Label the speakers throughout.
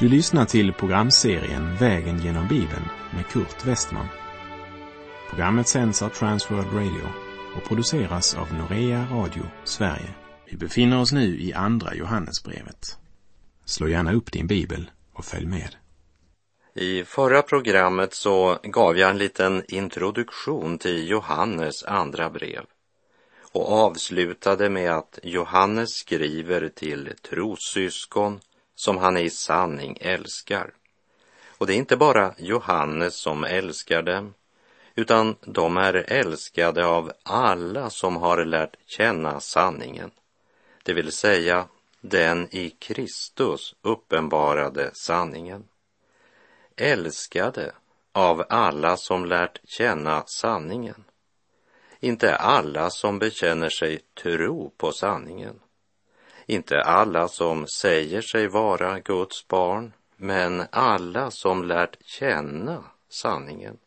Speaker 1: Du lyssnar till programserien Vägen genom Bibeln med Kurt Westman. Programmet sänds av Transworld Radio och produceras av Norea Radio Sverige. Vi befinner oss nu i andra Johannesbrevet. Slå gärna upp din bibel och följ med.
Speaker 2: I förra programmet så gav jag en liten introduktion till Johannes andra brev och avslutade med att Johannes skriver till trossyskon som han i sanning älskar. Och det är inte bara Johannes som älskar dem, utan de är älskade av alla som har lärt känna sanningen, det vill säga den i Kristus uppenbarade sanningen. Älskade av alla som lärt känna sanningen. Inte alla som bekänner sig tro på sanningen. Inte alla som säger sig vara Guds barn, men alla som lärt känna sanningen.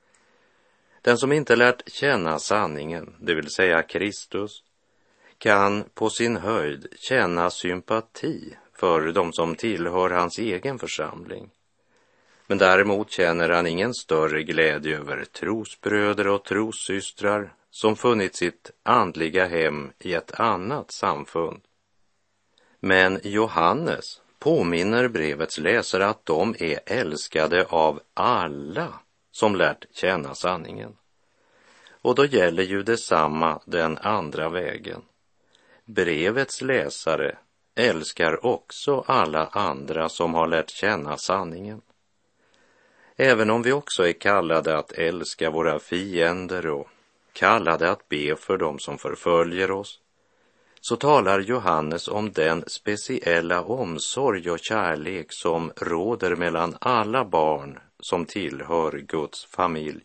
Speaker 2: Den som inte lärt känna sanningen, det vill säga Kristus, kan på sin höjd känna sympati för de som tillhör hans egen församling. Men däremot känner han ingen större glädje över trosbröder och trossystrar som funnit sitt andliga hem i ett annat samfund. Men Johannes påminner brevets läsare att de är älskade av alla som lärt känna sanningen. Och då gäller ju detsamma den andra vägen. Brevets läsare älskar också alla andra som har lärt känna sanningen. Även om vi också är kallade att älska våra fiender och kallade att be för dem som förföljer oss, så talar Johannes om den speciella omsorg och kärlek som råder mellan alla barn som tillhör Guds familj.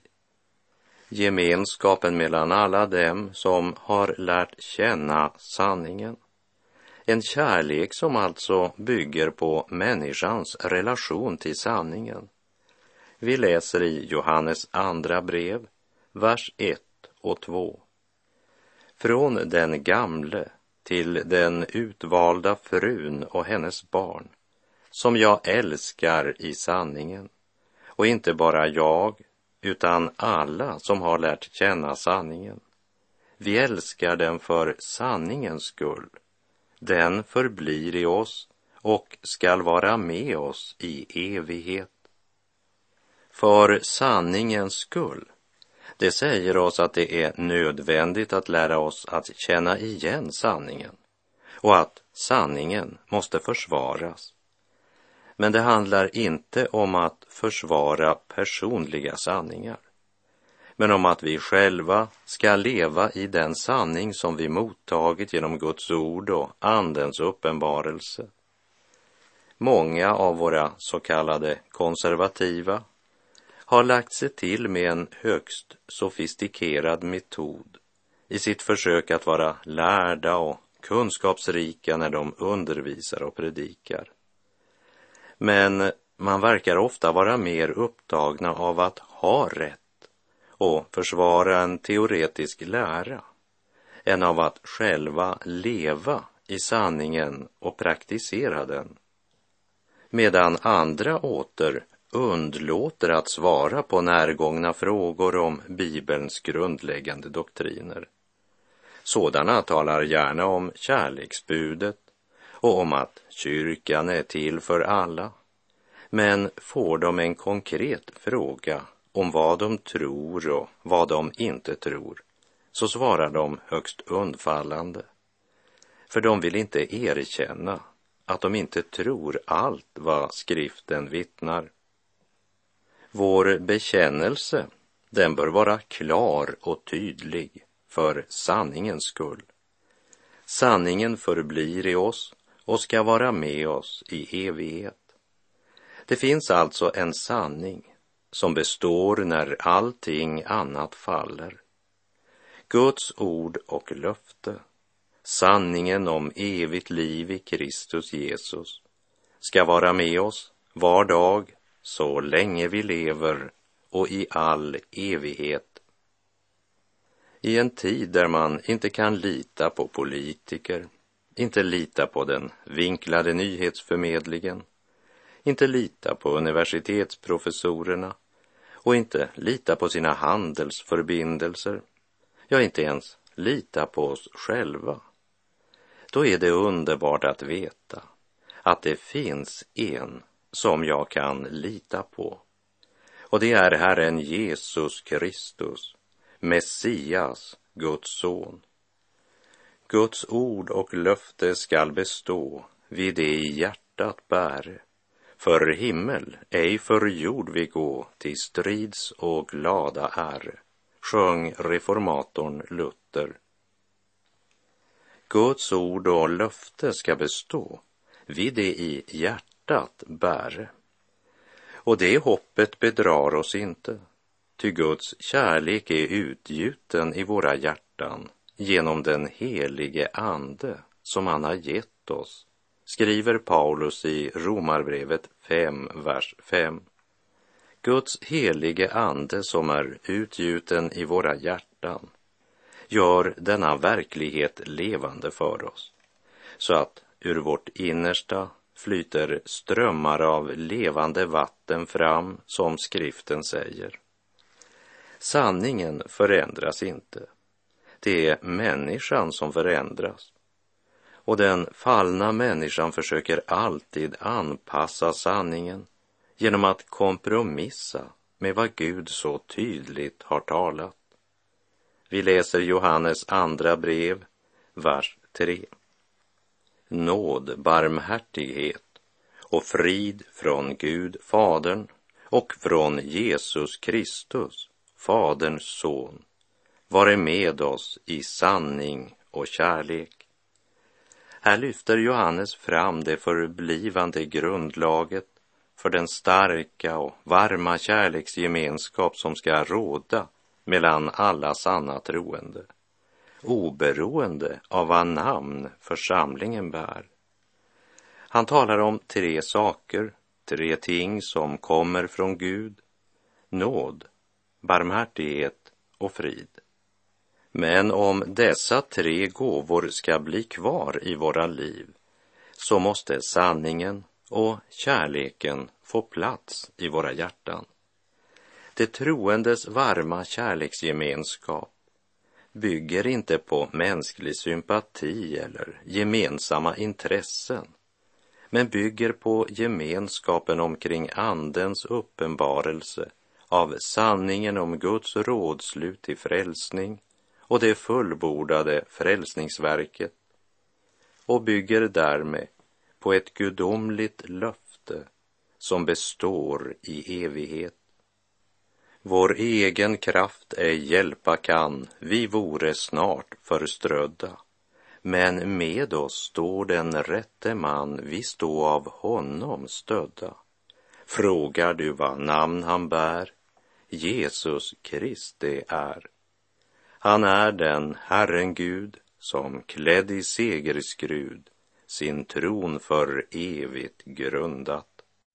Speaker 2: Gemenskapen mellan alla dem som har lärt känna sanningen. En kärlek som alltså bygger på människans relation till sanningen. Vi läser i Johannes andra brev, vers 1 och 2. Från den gamle till den utvalda frun och hennes barn, som jag älskar i sanningen, och inte bara jag, utan alla som har lärt känna sanningen. Vi älskar den för sanningens skull. Den förblir i oss och skall vara med oss i evighet. För sanningens skull, det säger oss att det är nödvändigt att lära oss att känna igen sanningen och att sanningen måste försvaras. Men det handlar inte om att försvara personliga sanningar, men om att vi själva ska leva i den sanning som vi mottagit genom Guds ord och Andens uppenbarelse. Många av våra så kallade konservativa har lagt sig till med en högst sofistikerad metod i sitt försök att vara lärda och kunskapsrika när de undervisar och predikar. Men man verkar ofta vara mer upptagna av att ha rätt och försvara en teoretisk lära än av att själva leva i sanningen och praktisera den. Medan andra åter undlåter att svara på närgångna frågor om Bibelns grundläggande doktriner. Sådana talar gärna om kärleksbudet och om att kyrkan är till för alla. Men får de en konkret fråga om vad de tror och vad de inte tror, så svarar de högst undfallande. För de vill inte erkänna att de inte tror allt vad skriften vittnar. Vår bekännelse, den bör vara klar och tydlig för sanningens skull. Sanningen förblir i oss och ska vara med oss i evighet. Det finns alltså en sanning som består när allting annat faller. Guds ord och löfte, sanningen om evigt liv i Kristus Jesus, ska vara med oss var dag så länge vi lever och i all evighet. I en tid där man inte kan lita på politiker, inte lita på den vinklade nyhetsförmedlingen, inte lita på universitetsprofessorerna och inte lita på sina handelsförbindelser, ja, inte ens lita på oss själva, då är det underbart att veta att det finns en som jag kan lita på. Och det är Herren Jesus Kristus, Messias, Guds son. Guds ord och löfte skall bestå, vid det i hjärtat bäre. För himmel, ej för jord vi gå, till strids och glada ära, sjöng reformatorn Luther. Guds ord och löfte ska bestå, vid det i hjärtat bäre. Och det hoppet bedrar oss inte, ty Guds kärlek är utgjuten i våra hjärtan genom den helige ande som han har gett oss, skriver Paulus i Romarbrevet 5, vers 5. Guds helige ande som är utgjuten i våra hjärtan gör denna verklighet levande för oss, så att ur vårt innersta flyter strömmar av levande vatten fram, som skriften säger. Sanningen förändras inte. Det är människan som förändras. Och den fallna människan försöker alltid anpassa sanningen genom att kompromissa med vad Gud så tydligt har talat. Vi läser Johannes andra brev, vers 3. Nåd, barmhärtighet och frid från Gud, Fadern, och från Jesus Kristus, Faderns son, vare med oss i sanning och kärlek. Här lyfter Johannes fram det förblivande grundlaget för den starka och varma kärleksgemenskap som ska råda mellan alla sanna troende, oberoende av vad namn församlingen bär. Han talar om 3 saker, 3 ting som kommer från Gud: nåd, barmhärtighet och frid. Men om dessa 3 gåvor ska bli kvar i våra liv, så måste sanningen och kärleken få plats i våra hjärtan. Det troendes varma kärleksgemenskap bygger inte på mänsklig sympati eller gemensamma intressen, men bygger på gemenskapen omkring Andens uppenbarelse av sanningen om Guds rådslut till frälsning och det fullbordade frälsningsverket, och bygger därmed på ett gudomligt löfte som består i evighet. Vår egen kraft ej hjälpa kan, vi vore snart förströdda. Men med oss står den rätte man, vi stå av honom stödda. Frågar du vad namn han bär? Jesus Kristi är. Han är den Herren Gud som klädd i segerskrud sin tron för evigt grundat.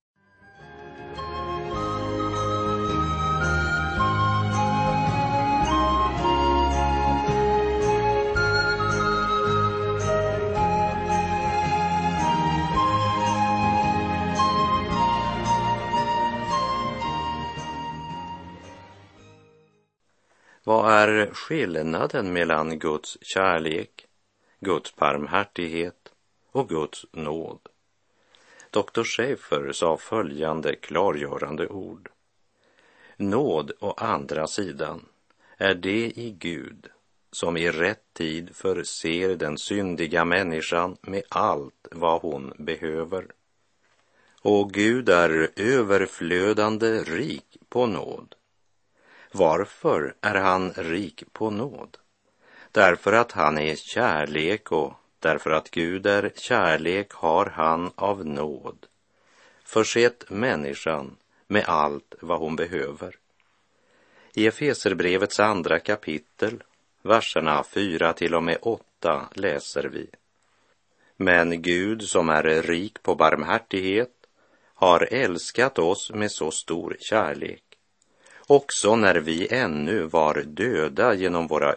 Speaker 2: Vad är skillnaden mellan Guds kärlek, Guds barmhärtighet och Guds nåd? Dr. Schaeffer sa följande klargörande ord. Nåd å andra sidan är det i Gud som i rätt tid förser den syndiga människan med allt vad hon behöver. Och Gud är överflödande rik på nåd. Varför är han rik på nåd? Därför att han är kärlek, och därför att Gud är kärlek har han av nåd försett människan med allt vad hon behöver. I Efeserbrevets 2 kapitel, verserna 4 till och med 8 läser vi: Men Gud som är rik på barmhärtighet har älskat oss med så stor kärlek, också när vi ännu var döda genom våra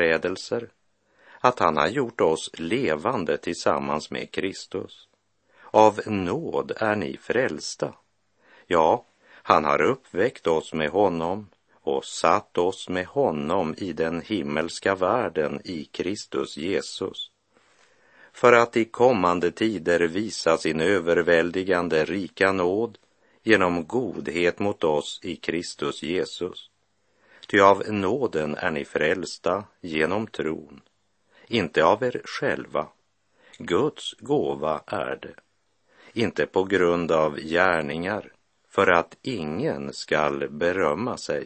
Speaker 2: överträdelser, att han har gjort oss levande tillsammans med Kristus. Av nåd är ni frälsta. Ja, han har uppväckt oss med honom och satt oss med honom i den himmelska världen i Kristus Jesus, för att i kommande tider visa sin överväldigande rika nåd genom godhet mot oss i Kristus Jesus. Ty av nåden är ni frälsta genom tron, inte av er själva. Guds gåva är det, inte på grund av gärningar, för att ingen skall berömma sig.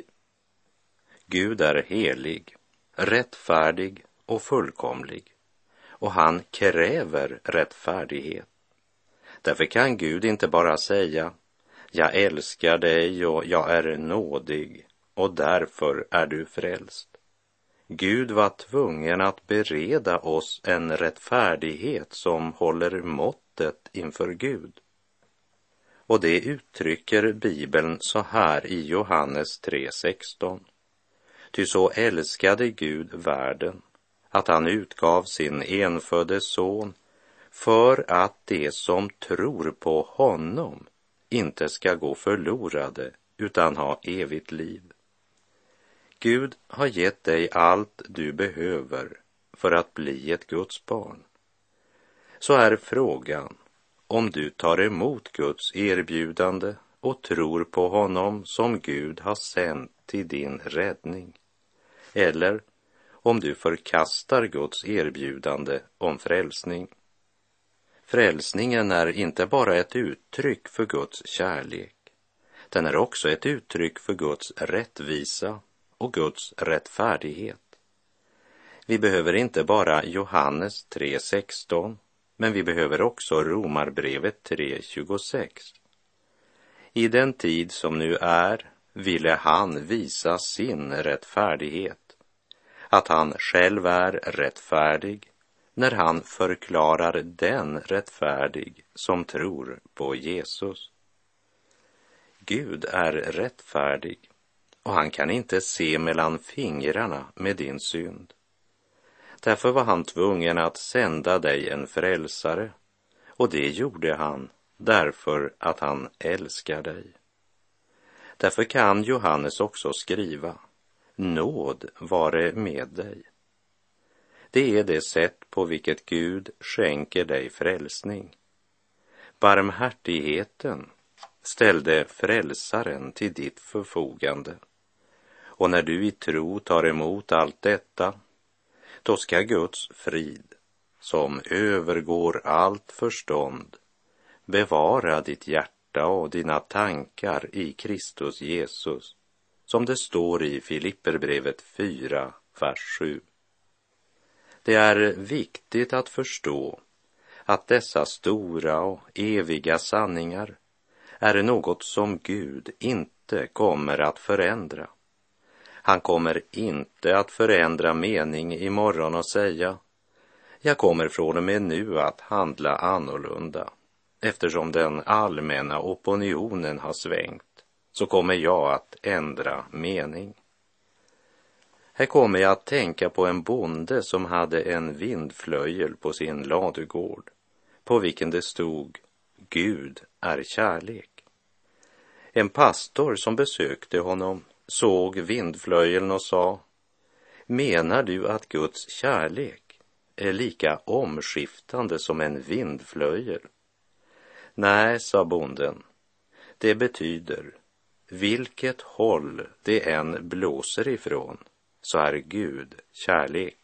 Speaker 2: Gud är helig, rättfärdig och fullkomlig, och han kräver rättfärdighet. Därför kan Gud inte bara säga, jag älskar dig och jag är nådig och därför är du frälst. Gud var tvungen att bereda oss en rättfärdighet som håller måttet inför Gud. Och det uttrycker Bibeln så här i Johannes 3:16. Ty så älskade Gud världen, att han utgav sin enfödde son, för att de som tror på honom inte ska gå förlorade utan ha evigt liv. Gud har gett dig allt du behöver för att bli ett Guds barn. Så är frågan om du tar emot Guds erbjudande och tror på honom som Gud har sänt till din räddning, eller om du förkastar Guds erbjudande om frälsning. Frälsningen är inte bara ett uttryck för Guds kärlek, den är också ett uttryck för Guds rättvisa och Guds rättfärdighet. Vi behöver inte bara Johannes 3:16, men vi behöver också Romarbrevet 3:26. I den tid som nu är ville han visa sin rättfärdighet, att han själv är rättfärdig när han förklarar den rättfärdig som tror på Jesus. Gud är rättfärdig och han kan inte se mellan fingrarna med din synd. Därför var han tvungen att sända dig en frälsare, och det gjorde han därför att han älskar dig. Därför kan Johannes också skriva, nåd vare med dig. Det är det sätt på vilket Gud skänker dig frälsning. Barmhärtigheten ställde frälsaren till ditt förfogande. Och när du i tro tar emot allt detta, då ska Guds frid, som övergår allt förstånd, bevara ditt hjärta och dina tankar i Kristus Jesus, som det står i Filipperbrevet 4, vers 7. Det är viktigt att förstå att dessa stora och eviga sanningar är något som Gud inte kommer att förändra. Han kommer inte att förändra mening imorgon och säga, jag kommer från och med nu att handla annorlunda. Eftersom den allmänna opinionen har svängt, så kommer jag att ändra mening. Här kommer jag att tänka på en bonde som hade en vindflöjel på sin ladugård, på vilken det stod, Gud är kärlek. En pastor som besökte honom såg vindflöjeln och sa, menar du att Guds kärlek är lika omskiftande som en vindflöjel? Nej, sa bonden, det betyder, vilket håll det än blåser ifrån, så är Gud kärlek.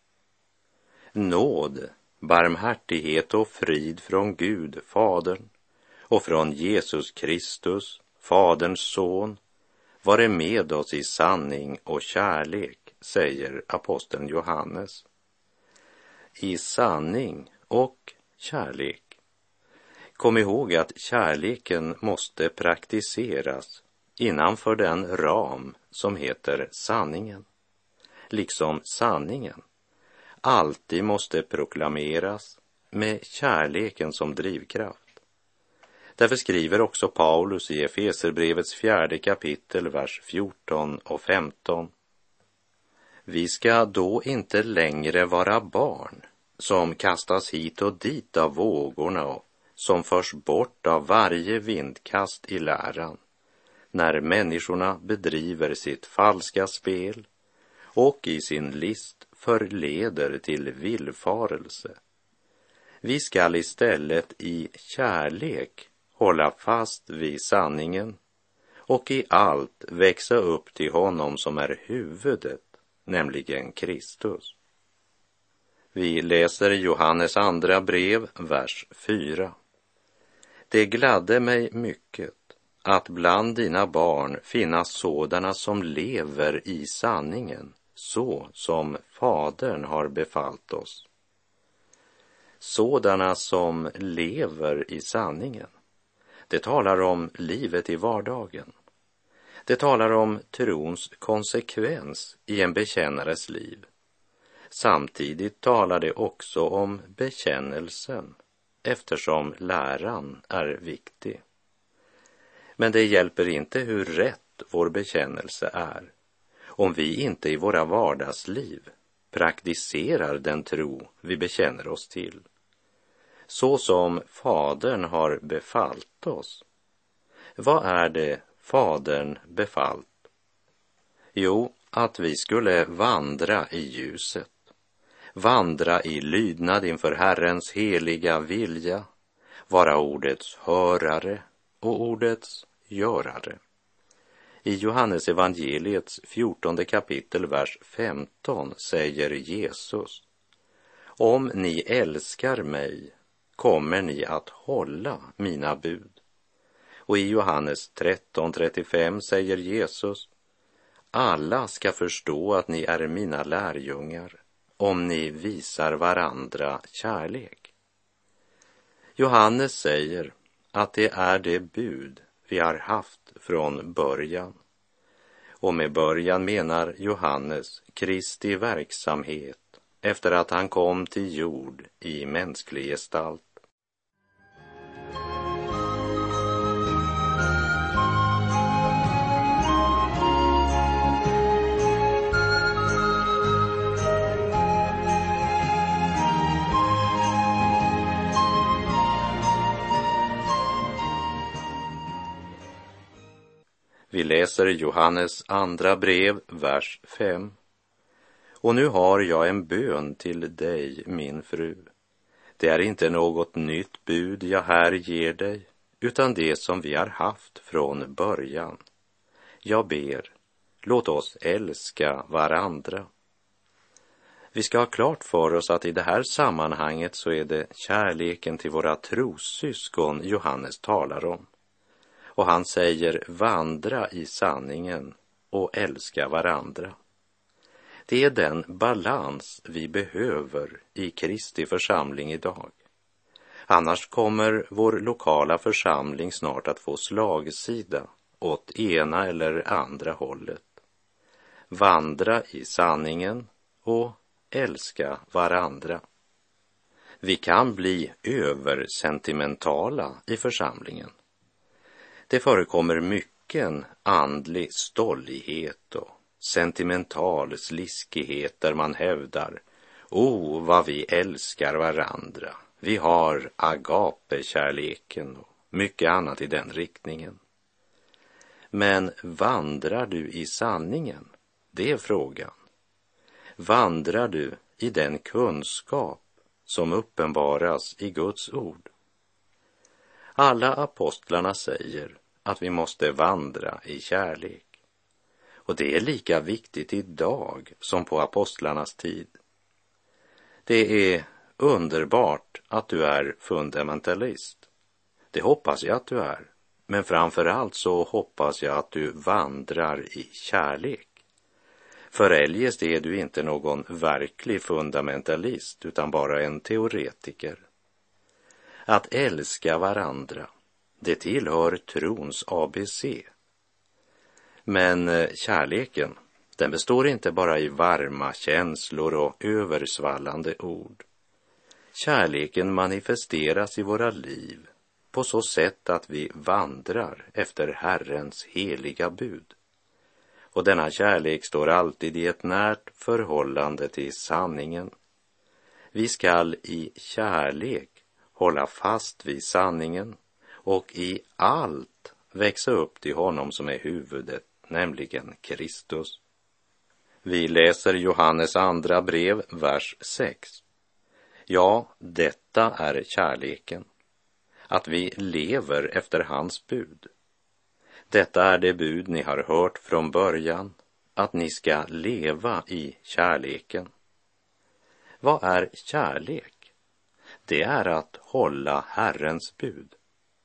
Speaker 2: Nåd, barmhärtighet och frid från Gud, Fadern, och från Jesus Kristus, Faderns son, vare med oss i sanning och kärlek, säger aposteln Johannes. I sanning och kärlek. Kom ihåg att kärleken måste praktiseras innanför den ram som heter sanningen. Liksom sanningen alltid måste proklameras med kärleken som drivkraft. Därför skriver också Paulus i Efeserbrevets 4:e kapitel, vers 14 och 15. Vi ska då inte längre vara barn som kastas hit och dit av vågorna och som förs bort av varje vindkast i läran, när människorna bedriver sitt falska spel och i sin list förleder till villfarelse. Vi skall istället i kärlek hålla fast vid sanningen och i allt växa upp till honom som är huvudet, nämligen Kristus. Vi läser Johannes andra brev, vers 4. Det gladde mig mycket att bland dina barn finnas sådana som lever i sanningen, så som Fadern har befallt oss. Sådana som lever i sanningen. Det talar om livet i vardagen. Det talar om trons konsekvens i en bekännares liv. Samtidigt talar det också om bekännelsen, eftersom läran är viktig. Men det hjälper inte hur rätt vår bekännelse är, om vi inte i våra vardagsliv praktiserar den tro vi bekänner oss till, så som Fadern har befallt oss. Vad är det Fadern befallt? Jo, att vi skulle vandra i ljuset, vandra i lydnad inför Herrens heliga vilja, vara ordets hörare och ordets görare. I Johannes evangeliets 14 kapitel, vers 15 säger Jesus: om ni älskar mig kommer ni att hålla mina bud. Och i Johannes 13:35 säger Jesus: alla ska förstå att ni är mina lärjungar om ni visar varandra kärlek. Johannes säger att det är det bud vi har haft från början. Och med början menar Johannes Kristi verksamhet efter att han kom till jord i mänsklig gestalt. Vi läser Johannes andra brev, vers 5. Och nu har jag en bön till dig, min fru. Det är inte något nytt bud jag här ger dig, utan det som vi har haft från början. Jag ber, låt oss älska varandra. Vi ska ha klart för oss att i det här sammanhanget så är det kärleken till våra trossyskon Johannes talar om. Och han säger vandra i sanningen och älska varandra. Det är den balans vi behöver i Kristi församling idag. Annars kommer vår lokala församling snart att få slagsida åt ena eller andra hållet. Vandra i sanningen och älska varandra. Vi kan bli översentimentala i församlingen. Det förekommer mycken andlig stollighet och sentimental sliskighet där man hävdar: vad vi älskar varandra. Vi har agape-kärleken och mycket annat i den riktningen. Men vandrar du i sanningen? Det är frågan. Vandrar du i den kunskap som uppenbaras i Guds ord? Alla apostlarna säger att vi måste vandra i kärlek. Och det är lika viktigt idag som på apostlarnas tid. Det är underbart att du är fundamentalist. Det hoppas jag att du är. Men framför allt så hoppas jag att du vandrar i kärlek. För eljest är du inte någon verklig fundamentalist utan bara en teoretiker. Att älska varandra, det tillhör trons ABC. Men kärleken, den består inte bara i varma känslor och översvallande ord. Kärleken manifesteras i våra liv på så sätt att vi vandrar efter Herrens heliga bud. Och denna kärlek står alltid i ett närt förhållande till sanningen. Vi skall i kärlek hålla fast vid sanningen och i allt växa upp till honom som är huvudet, nämligen Kristus. Vi läser Johannes andra brev, vers 6. Ja, detta är kärleken, att vi lever efter hans bud. Detta är det bud ni har hört från början, att ni ska leva i kärleken. Vad är kärlek? Det är att hålla Herrens bud.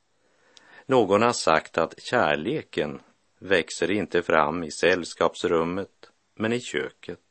Speaker 2: Någon har sagt att kärleken växer inte fram i sällskapsrummet, men i köket.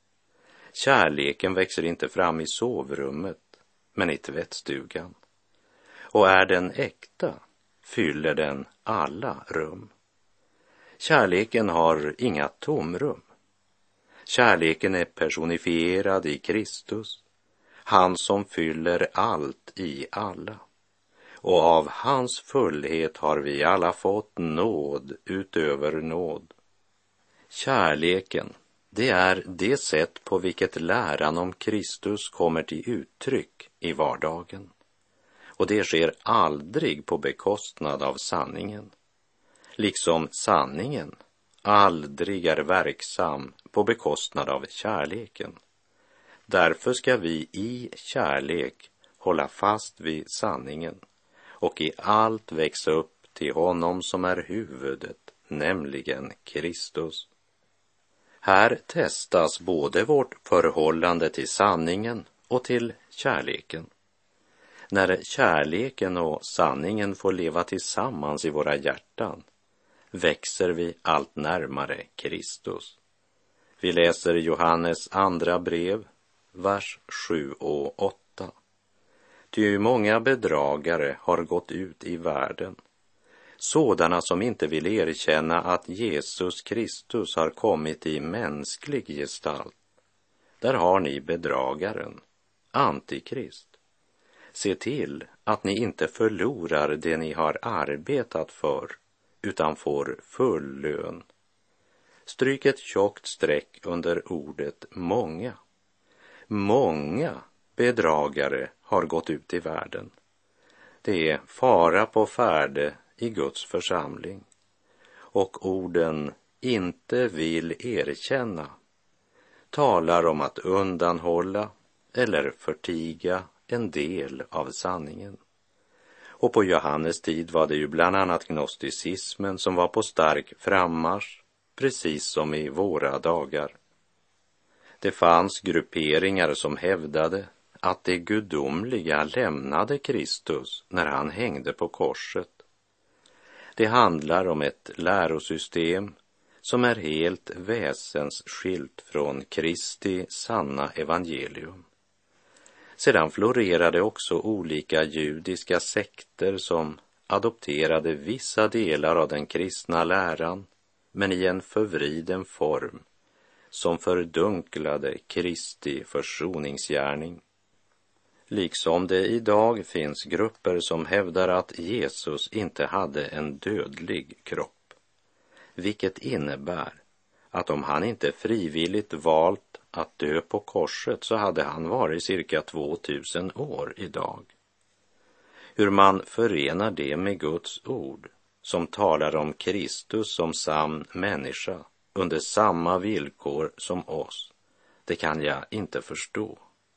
Speaker 2: Kärleken växer inte fram i sovrummet, men i tvättstugan. Och är den äkta, fyller den alla rum. Kärleken har inga tomrum. Kärleken är personifierad i Kristus, han som fyller allt i alla. Och av hans fullhet har vi alla fått nåd utöver nåd. Kärleken, det är det sätt på vilket läran om Kristus kommer till uttryck i vardagen. Och det sker aldrig på bekostnad av sanningen. Liksom sanningen aldrig är verksam på bekostnad av kärleken. Därför ska vi i kärlek hålla fast vid sanningen och i allt växa upp till honom som är huvudet, nämligen Kristus. Här testas både vårt förhållande till sanningen och till kärleken. När kärleken och sanningen får leva tillsammans i våra hjärtan växer vi allt närmare Kristus. Vi läser Johannes andra brev, vers 7 och 8. Ty många bedragare har gått ut i världen, sådana som inte vill erkänna att Jesus Kristus har kommit i mänsklig gestalt. Där har ni bedragaren, Antikrist. Se till att ni inte förlorar det ni har arbetat för, utan får full lön. Stryk ett tjockt streck under ordet många. Många bedragare har gått ut i världen. Det är fara på färde i Guds församling. Och orden inte vill erkänna talar om att undanhålla eller förtiga en del av sanningen. Och på Johannes tid var det ju bland annat gnosticismen som var på stark frammarsch, precis som i våra dagar. Det fanns grupperingar som hävdade att det gudomliga lämnade Kristus när han hängde på korset. Det handlar om ett lärosystem som är helt väsensskilt från Kristi sanna evangelium. Sedan florerade också olika judiska sekter som adopterade vissa delar av den kristna läran, men i en förvriden form som fördunklade Kristi försoningsgärning. Liksom det idag finns grupper som hävdar att Jesus inte hade en dödlig kropp, vilket innebär att om han inte frivilligt valt att dö på korset så hade han varit cirka 2000 år idag. Hur man förenar det med Guds ord som talar om Kristus som sann människa under samma villkor som oss, det kan jag inte förstå.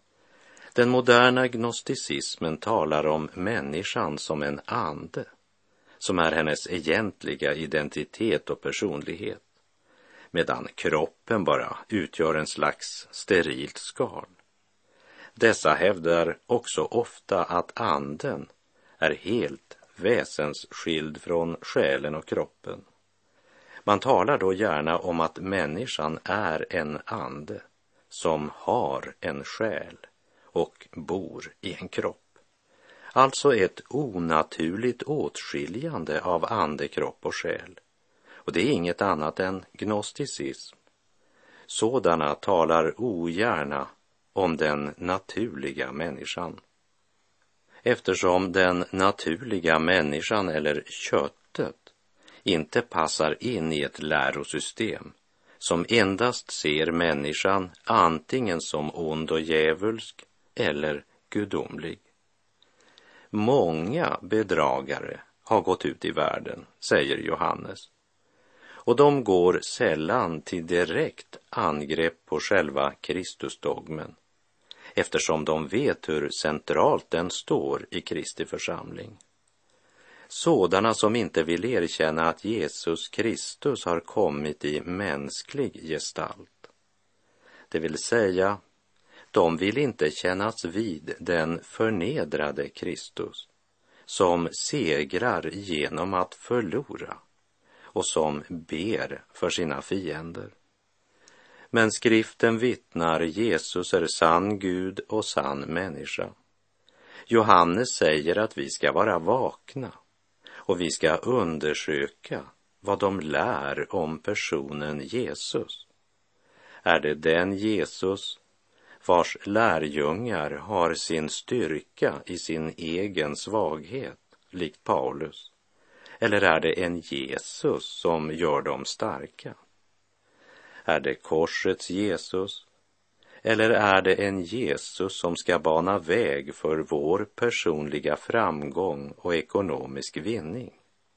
Speaker 2: Den moderna gnosticismen talar om människan som en ande, som är hennes egentliga identitet och personlighet, medan kroppen bara utgör en slags sterilt skal. Dessa hävdar också ofta att anden är helt väsensskild från själen och kroppen. Man talar då gärna om att människan är en ande som har en själ och bor i en kropp. Alltså ett onaturligt åtskiljande av ande, kropp och själ. Och det är inget annat än gnosticism. Sådana talar ogärna om den naturliga människan. Eftersom den naturliga människan eller köttet inte passar in i ett lärosystem som endast ser människan antingen som ond och djävulsk eller gudomlig. Många bedragare har gått ut i världen, säger Johannes. Och de går sällan till direkt angrepp på själva Kristusdogmen, eftersom de vet hur centralt den står i Kristi församling. Sådana som inte vill erkänna att Jesus Kristus har kommit i mänsklig gestalt. Det vill säga, de vill inte kännas vid den förnedrade Kristus som segrar genom att förlora och som ber för sina fiender. Men skriften vittnar Jesus är sann Gud och sann människa. Johannes säger att vi ska vara vakna och vi ska undersöka vad de lär om personen Jesus. Är det den Jesus vars lärjungar har sin styrka i sin egen svaghet, likt Paulus? Eller är det en Jesus som gör dem starka? Är det korsets Jesus? Eller är det en Jesus som ska bana väg för vår personliga framgång och ekonomisk vinning?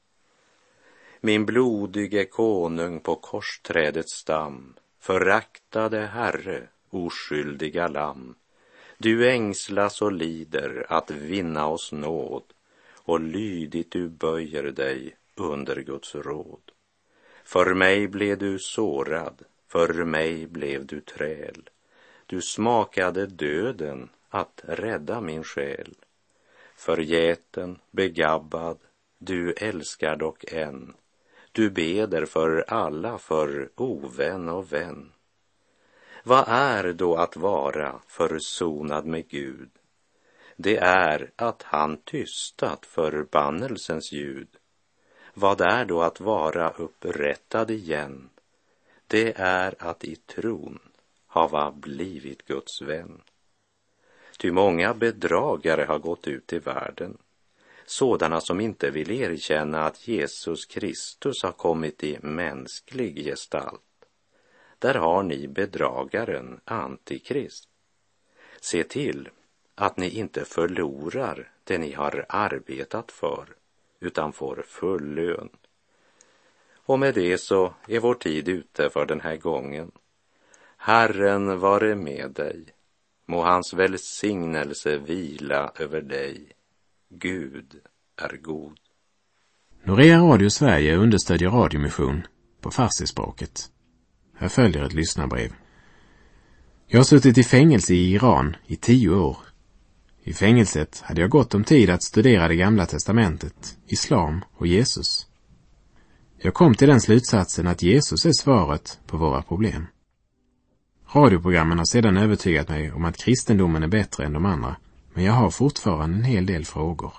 Speaker 2: Min blodige konung på korsträdets stam, föraktade Herre, oskyldiga lamm, du ängslas och lider att vinna oss nåd, och lydigt du böjer dig under Guds råd. För mig blev du sårad, för mig blev du träl. Du smakade döden att rädda min själ. Förgäten, begabbad, du älskar dock än. Du beder för alla, för ovän och vän. Vad är då att vara försonad med Gud? Det är att han tystat förbannelsens ljud. Vad är då att vara upprättad igen? Det är att i tron hava blivit Guds vän. Ty många bedragare har gått ut i världen, sådana som inte vill erkänna att Jesus Kristus har kommit i mänsklig gestalt. Där har ni bedragaren Antikrist. Se till att ni inte förlorar det ni har arbetat för, utan får full lön. Och med det så är vår tid ute för den här gången. Herren vare med dig. Må hans välsignelse vila över dig. Gud är god.
Speaker 1: Norea Radio Sverige understödjer radiomission på farsispråket. Här följer ett lyssnarbrev. Jag har suttit i fängelse i Iran i 10 år. I fängelset hade jag gott om tid att studera det gamla testamentet, islam och Jesus. Jag kom till den slutsatsen att Jesus är svaret på våra problem. Radioprogrammen har sedan övertygat mig om att kristendomen är bättre än de andra, men jag har fortfarande en hel del frågor.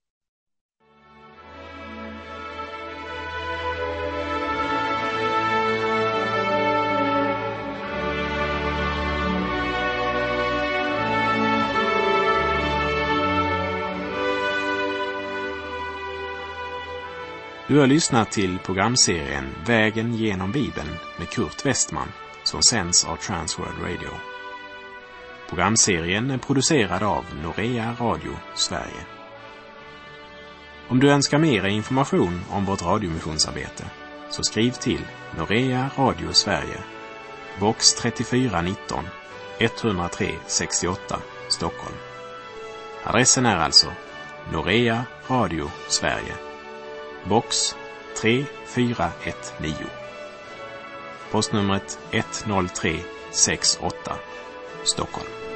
Speaker 1: Du har lyssnat till programserien Vägen genom Bibeln med Kurt Westman som sänds av Transworld Radio. Programserien är producerad av Norea Radio Sverige. Om du önskar mer information om vårt radiomissionsarbete så skriv till Norea Radio Sverige, box 3419 103 68 Stockholm. Adressen är alltså Norea Radio Sverige, box 3419. Postnumret 10368 Stockholm.